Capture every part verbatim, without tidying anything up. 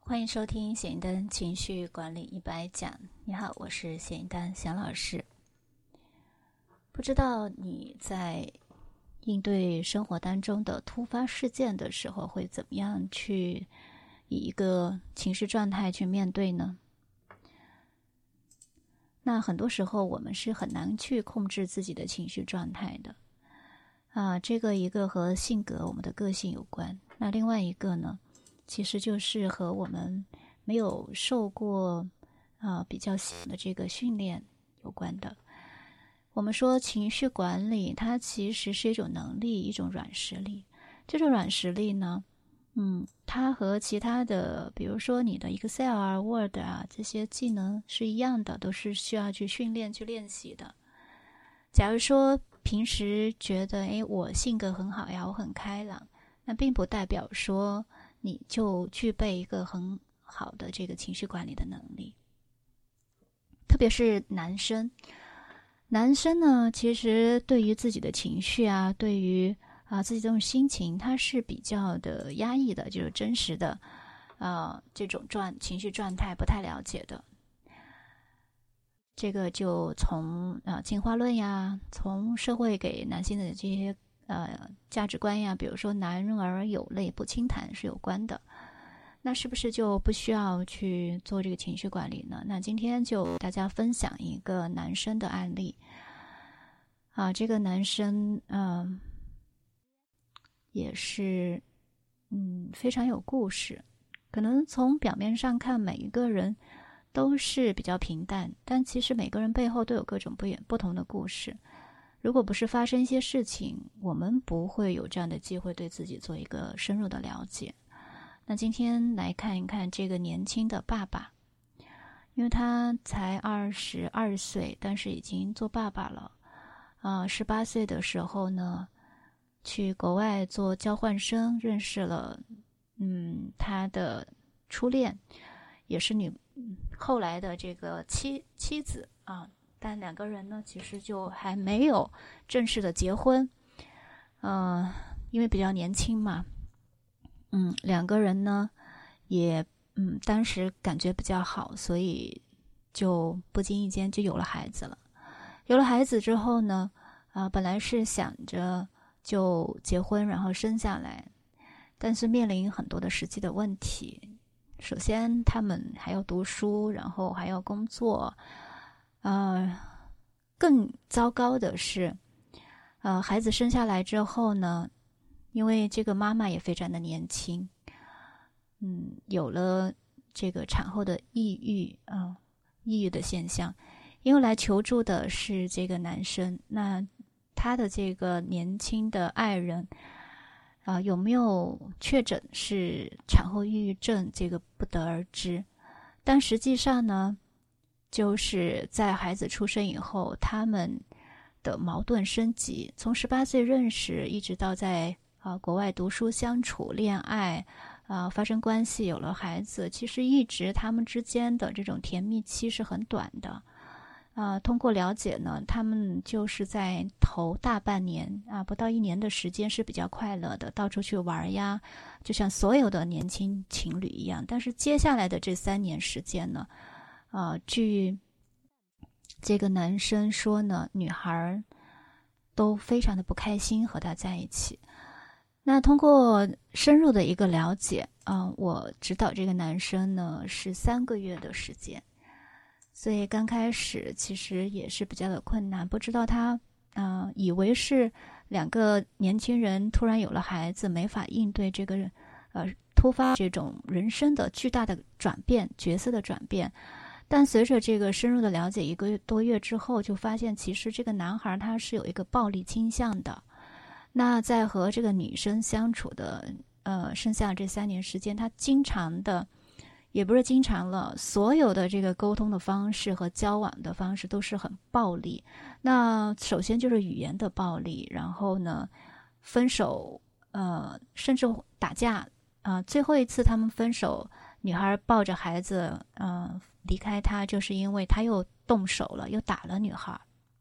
欢迎收听显一丹情绪管理一百讲。你好，我是显一丹祥老师。不知道你在应对生活当中的突发事件的时候，会怎么样去以一个情绪状态去面对呢？那很多时候我们是很难去控制自己的情绪状态的啊，这个一个和性格我们的个性有关，那另外一个呢，其实就是和我们没有受过啊比较细的这个训练有关的。我们说情绪管理，它其实是一种能力，一种软实力。这种软实力呢，嗯，它和其他的，比如说你的 Excel 啊、Word 啊这些技能是一样的，都是需要去训练、去练习的。假如说平时觉得，诶，我性格很好呀，我很开朗，那并不代表说你就具备一个很好的这个情绪管理的能力。特别是男生，男生呢，其实对于自己的情绪啊，对于啊自己这种心情，他是比较的压抑的，就是真实的，呃，这种状情绪状态不太了解的。这个就从啊进化论呀，从社会给男性的这些呃价值观呀，比如说男儿有泪不轻弹是有关的。那是不是就不需要去做这个情绪管理呢？那今天就大家分享一个男生的案例啊，这个男生嗯、呃、也是嗯非常有故事。可能从表面上看，每一个人都是比较平淡，但其实每个人背后都有各种不远不同的故事。如果不是发生一些事情，我们不会有这样的机会对自己做一个深入的了解。那今天来看一看这个年轻的爸爸，因为他才二十二岁，但是已经做爸爸了。啊，十八岁的时候呢，去国外做交换生，认识了嗯他的初恋，也是女后来的这个妻妻子啊。但两个人呢，其实就还没有正式的结婚，嗯、呃，因为比较年轻嘛。嗯，两个人呢，也嗯，当时感觉比较好，所以就不经意间就有了孩子了。有了孩子之后呢，啊、呃，本来是想着就结婚，然后生下来，但是面临很多的实际的问题。首先，他们还要读书，然后还要工作，呃，更糟糕的是，呃，孩子生下来之后呢。因为这个妈妈也非常的年轻，嗯，有了这个产后的抑郁啊、呃，抑郁的现象。因为来求助的是这个男生，那他的这个年轻的爱人啊、呃，有没有确诊是产后抑郁症，这个不得而知。但实际上呢，就是在孩子出生以后，他们的矛盾升级，从十八岁认识，一直到在啊，国外读书、相处、恋爱，啊，发生关系，有了孩子，其实一直他们之间的这种甜蜜期是很短的。啊，通过了解呢，他们就是在头大半年啊，不到一年的时间是比较快乐的，到处去玩呀，就像所有的年轻情侣一样。但是接下来的这三年时间呢，啊，据这个男生说呢，女孩都非常的不开心和他在一起。那通过深入的一个了解啊、呃，我指导这个男生呢是三个月的时间，所以刚开始其实也是比较的困难，不知道他啊、呃，以为是两个年轻人突然有了孩子，没法应对这个呃突发这种人生的巨大的转变、角色的转变。但随着这个深入的了解，一个多月之后，就发现其实这个男孩他是有一个暴力倾向的。那在和这个女生相处的呃剩下这三年时间，他经常的，也不是经常了，所有的这个沟通的方式和交往的方式都是很暴力。那首先就是语言的暴力，然后呢，分手，呃，甚至打架啊、呃。最后一次他们分手，女孩抱着孩子，呃，离开他，就是因为他又动手了，又打了女孩。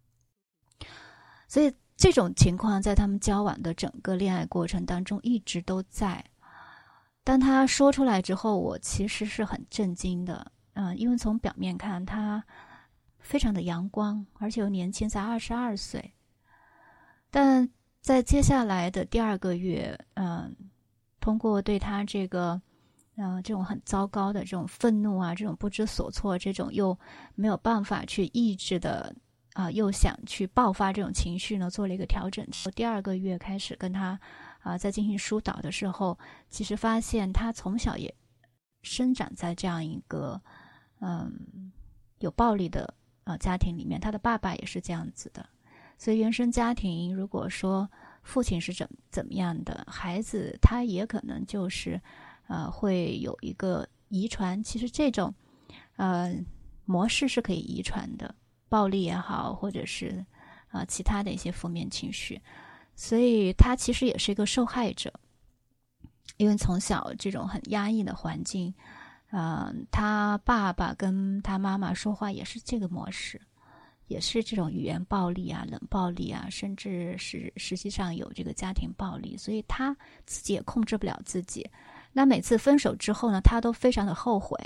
所以这种情况在他们交往的整个恋爱过程当中一直都在。 当他说出来之后，我其实是很震惊的，嗯、呃，因为从表面看他非常的阳光，而且又年轻，才二十二岁。但在接下来的第二个月，嗯、呃，通过对他这个，呃，这种很糟糕的这种愤怒啊，这种不知所措，这种又没有办法去抑制的啊、呃，又想去爆发这种情绪呢，做了一个调整。第二个月开始跟他啊、呃，在进行疏导的时候，其实发现他从小也生长在这样一个嗯有暴力的呃家庭里面，他的爸爸也是这样子的。所以原生家庭如果说父亲是怎怎么样的，孩子他也可能就是呃会有一个遗传。其实这种呃模式是可以遗传的，暴力也好，或者是呃其他的一些负面情绪。所以他其实也是一个受害者，因为从小这种很压抑的环境，呃他爸爸跟他妈妈说话也是这个模式，也是这种语言暴力啊、冷暴力啊，甚至是实际上有这个家庭暴力，所以他自己也控制不了自己。那每次分手之后呢，他都非常的后悔，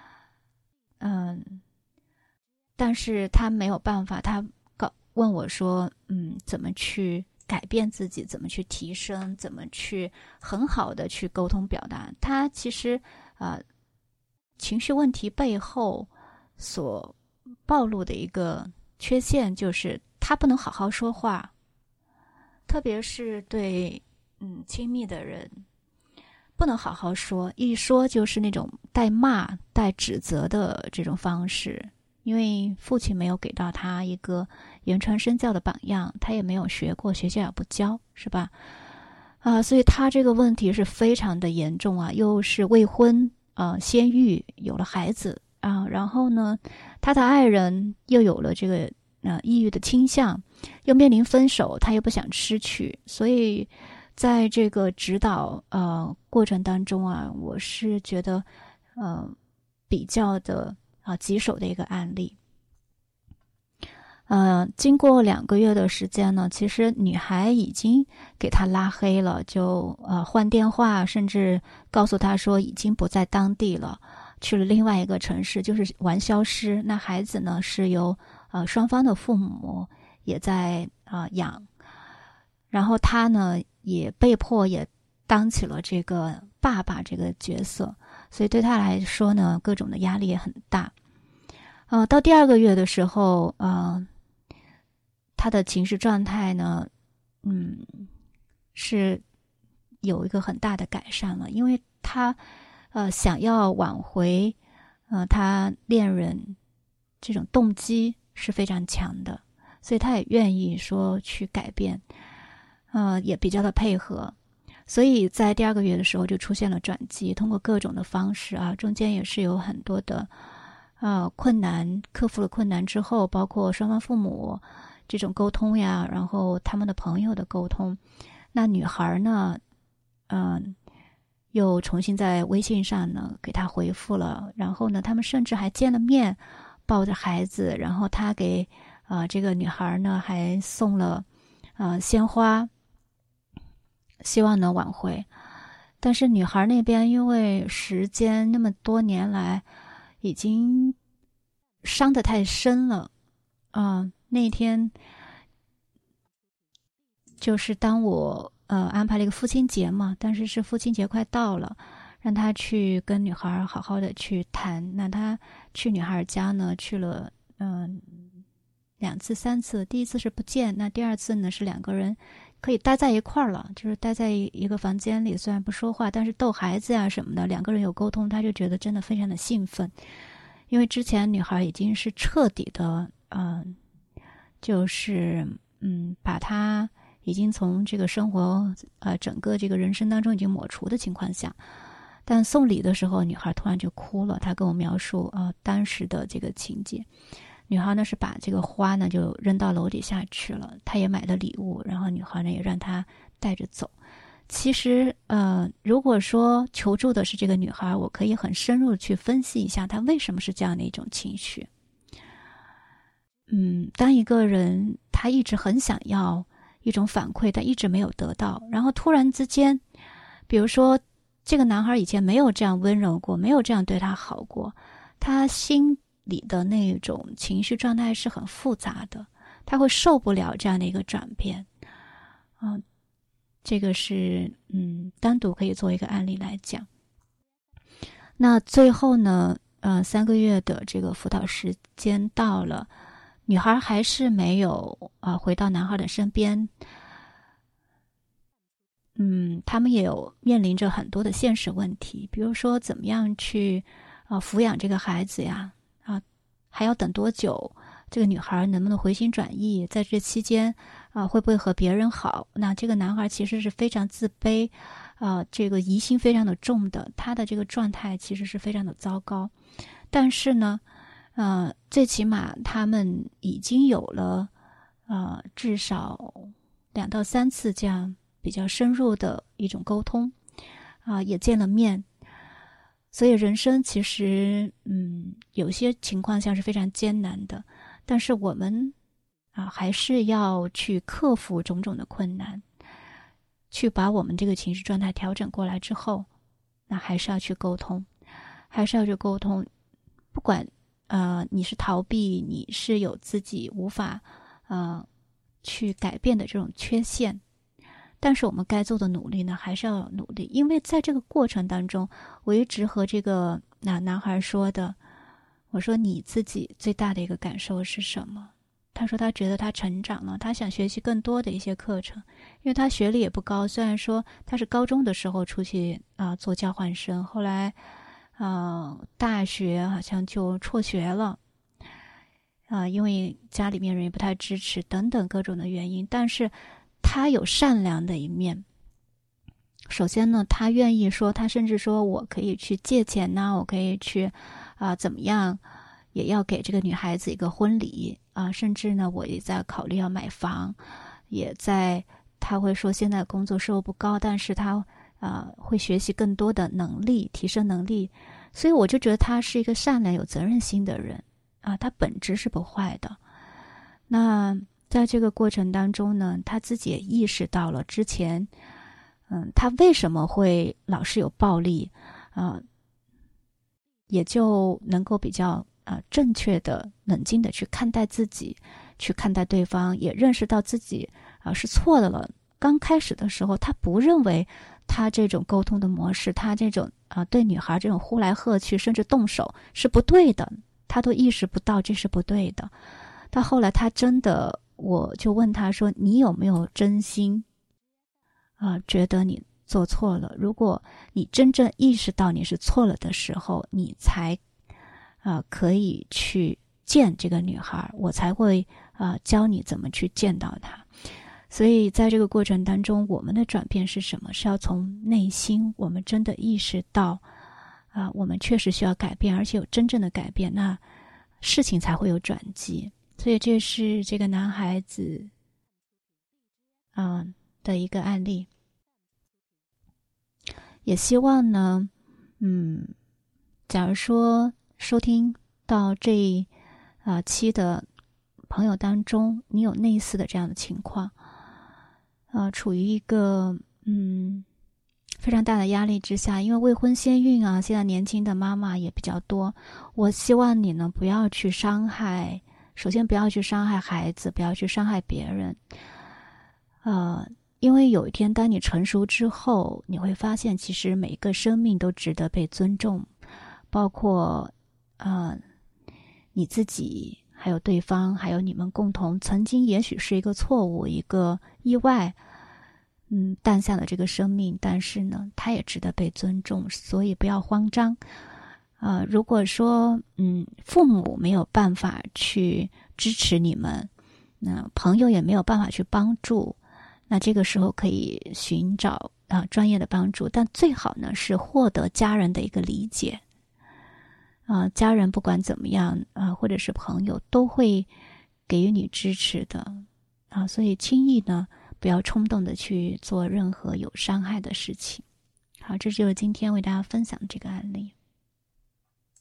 嗯，但是他没有办法，他告问我说，嗯，怎么去改变自己，怎么去提升，怎么去很好的去沟通表达。他其实啊、呃，情绪问题背后所暴露的一个缺陷就是他不能好好说话，特别是对嗯亲密的人不能好好说，一说就是那种带骂带指责的这种方式。因为父亲没有给到他一个言传身教的榜样，他也没有学过，学校也不教，是吧？啊，所以他这个问题是非常的严重啊，又是未婚啊，先育，有了孩子啊，然后呢，他的爱人又有了这个呃抑郁的倾向，又面临分手，他又不想失去，所以在这个指导呃过程当中啊，我是觉得呃比较的啊棘手的一个案例。呃，经过两个月的时间呢，其实女孩已经给他拉黑了，就呃换电话，甚至告诉他说已经不在当地了，去了另外一个城市，就是玩消失。那孩子呢是由呃双方的父母也在啊、呃、养，然后他呢也被迫也当起了这个爸爸这个角色，所以对他来说呢，各种的压力也很大。呃，到第二个月的时候，呃。他的情绪状态呢，嗯，是有一个很大的改善了，因为他呃想要挽回呃他恋人这种动机是非常强的，所以他也愿意说去改变，呃也比较的配合，所以在第二个月的时候就出现了转机，通过各种的方式啊，中间也是有很多的呃困难，克服了困难之后，包括双方父母这种沟通呀，然后他们的朋友的沟通，那女孩呢，嗯、呃，又重新在微信上呢给他回复了，然后呢，他们甚至还见了面，抱着孩子，然后他给啊、呃、这个女孩呢还送了呃鲜花，希望能挽回。但是女孩那边因为时间那么多年来已经伤得太深了，啊、呃。那天就是当我呃安排了一个父亲节嘛，但是是父亲节快到了，让他去跟女孩好好的去谈。那他去女孩家呢，去了嗯、呃、两次三次，第一次是不见，那第二次呢是两个人可以待在一块儿了，就是待在一个房间里，虽然不说话，但是逗孩子呀什么的，两个人有沟通，他就觉得真的非常的兴奋，因为之前女孩已经是彻底的嗯。呃就是嗯，把他已经从这个生活呃整个这个人生当中已经抹除的情况下，但送礼的时候，女孩突然就哭了。她跟我描述啊、呃、当时的这个情节。女孩呢是把这个花呢就扔到楼底下去了，她也买了礼物，然后女孩呢也让她带着走。其实呃，如果说求助的是这个女孩，我可以很深入的去分析一下她为什么是这样的一种情绪。嗯，当一个人他一直很想要一种反馈，但一直没有得到，然后突然之间，比如说这个男孩以前没有这样温柔过，没有这样对他好过，他心里的那种情绪状态是很复杂的，他会受不了这样的一个转变。嗯、呃，这个是嗯单独可以做一个案例来讲。那最后呢，呃，三个月的这个辅导时间到了，女孩还是没有啊、呃、回到男孩的身边。嗯，他们也有面临着很多的现实问题，比如说怎么样去啊、呃、抚养这个孩子呀，啊，还要等多久？这个女孩能不能回心转意？在这期间啊、呃，会不会和别人好？那这个男孩其实是非常自卑，啊、呃，这个疑心非常的重的，他的这个状态其实是非常的糟糕。但是呢，呃，最起码他们已经有了呃至少两到三次这样比较深入的一种沟通，啊、呃，也见了面。所以人生其实，嗯，有些情况下是非常艰难的，但是我们啊，还是要去克服种种的困难，去把我们这个情绪状态调整过来之后，那还是要去沟通，还是要去沟通。不管呃你是逃避，你是有自己无法呃去改变的这种缺陷，但是我们该做的努力呢，还是要努力。因为在这个过程当中，我一直和这个那、呃、男孩说的，我说你自己最大的一个感受是什么？他说他觉得他成长了，他想学习更多的一些课程，因为他学历也不高，虽然说他是高中的时候出去啊、呃、做交换生，后来啊、呃、大学好像就辍学了啊、呃，因为家里面人也不太支持等等各种的原因，但是他有善良的一面。首先呢，他愿意说，他甚至说我可以去借钱呢，我可以去啊、呃、怎么样，也要给这个女孩子一个婚礼啊、呃，甚至呢，我也在考虑要买房，也在他会说现在工作收入不高，但是他啊、呃、会学习更多的能力，提升能力，所以我就觉得他是一个善良有责任心的人啊、呃，他本质是不坏的。那在这个过程当中呢，他自己也意识到了之前嗯，他为什么会老是有暴力啊、呃，也就能够比较呃正确的冷静的去看待自己，去看待对方，也认识到自己啊、呃、是错的了。刚开始的时候他不认为他这种沟通的模式，他这种啊、呃、对女孩这种呼来喝去甚至动手是不对的，他都意识不到这是不对的。到后来他真的，我就问他说，你有没有真心啊、呃，觉得你做错了？如果你真正意识到你是错了的时候，你才啊、呃、可以去见这个女孩，我才会啊、呃、教你怎么去见到她。所以在这个过程当中，我们的转变是什么？是要从内心，我们真的意识到啊、呃，我们确实需要改变，而且有真正的改变，那事情才会有转机。所以这是这个男孩子啊、呃、的一个案例。也希望呢，嗯，假如说收听到这啊、呃、期的朋友当中，你有类似的这样的情况，呃，处于一个嗯非常大的压力之下，因为未婚先孕啊，现在年轻的妈妈也比较多。我希望你呢不要去伤害，首先不要去伤害孩子，不要去伤害别人，呃。因为有一天当你成熟之后，你会发现其实每一个生命都值得被尊重，包括呃你自己，还有对方，还有你们共同曾经也许是一个错误，一个意外嗯诞下了这个生命，但是呢它也值得被尊重，所以不要慌张。呃如果说嗯父母没有办法去支持你们，那朋友也没有办法去帮助，那这个时候可以寻找啊、呃、专业的帮助，但最好呢是获得家人的一个理解啊、呃，家人不管怎么样啊、呃，或者是朋友都会给予你支持的啊、呃，所以轻易呢不要冲动的去做任何有伤害的事情。好，这就是今天为大家分享的这个案例。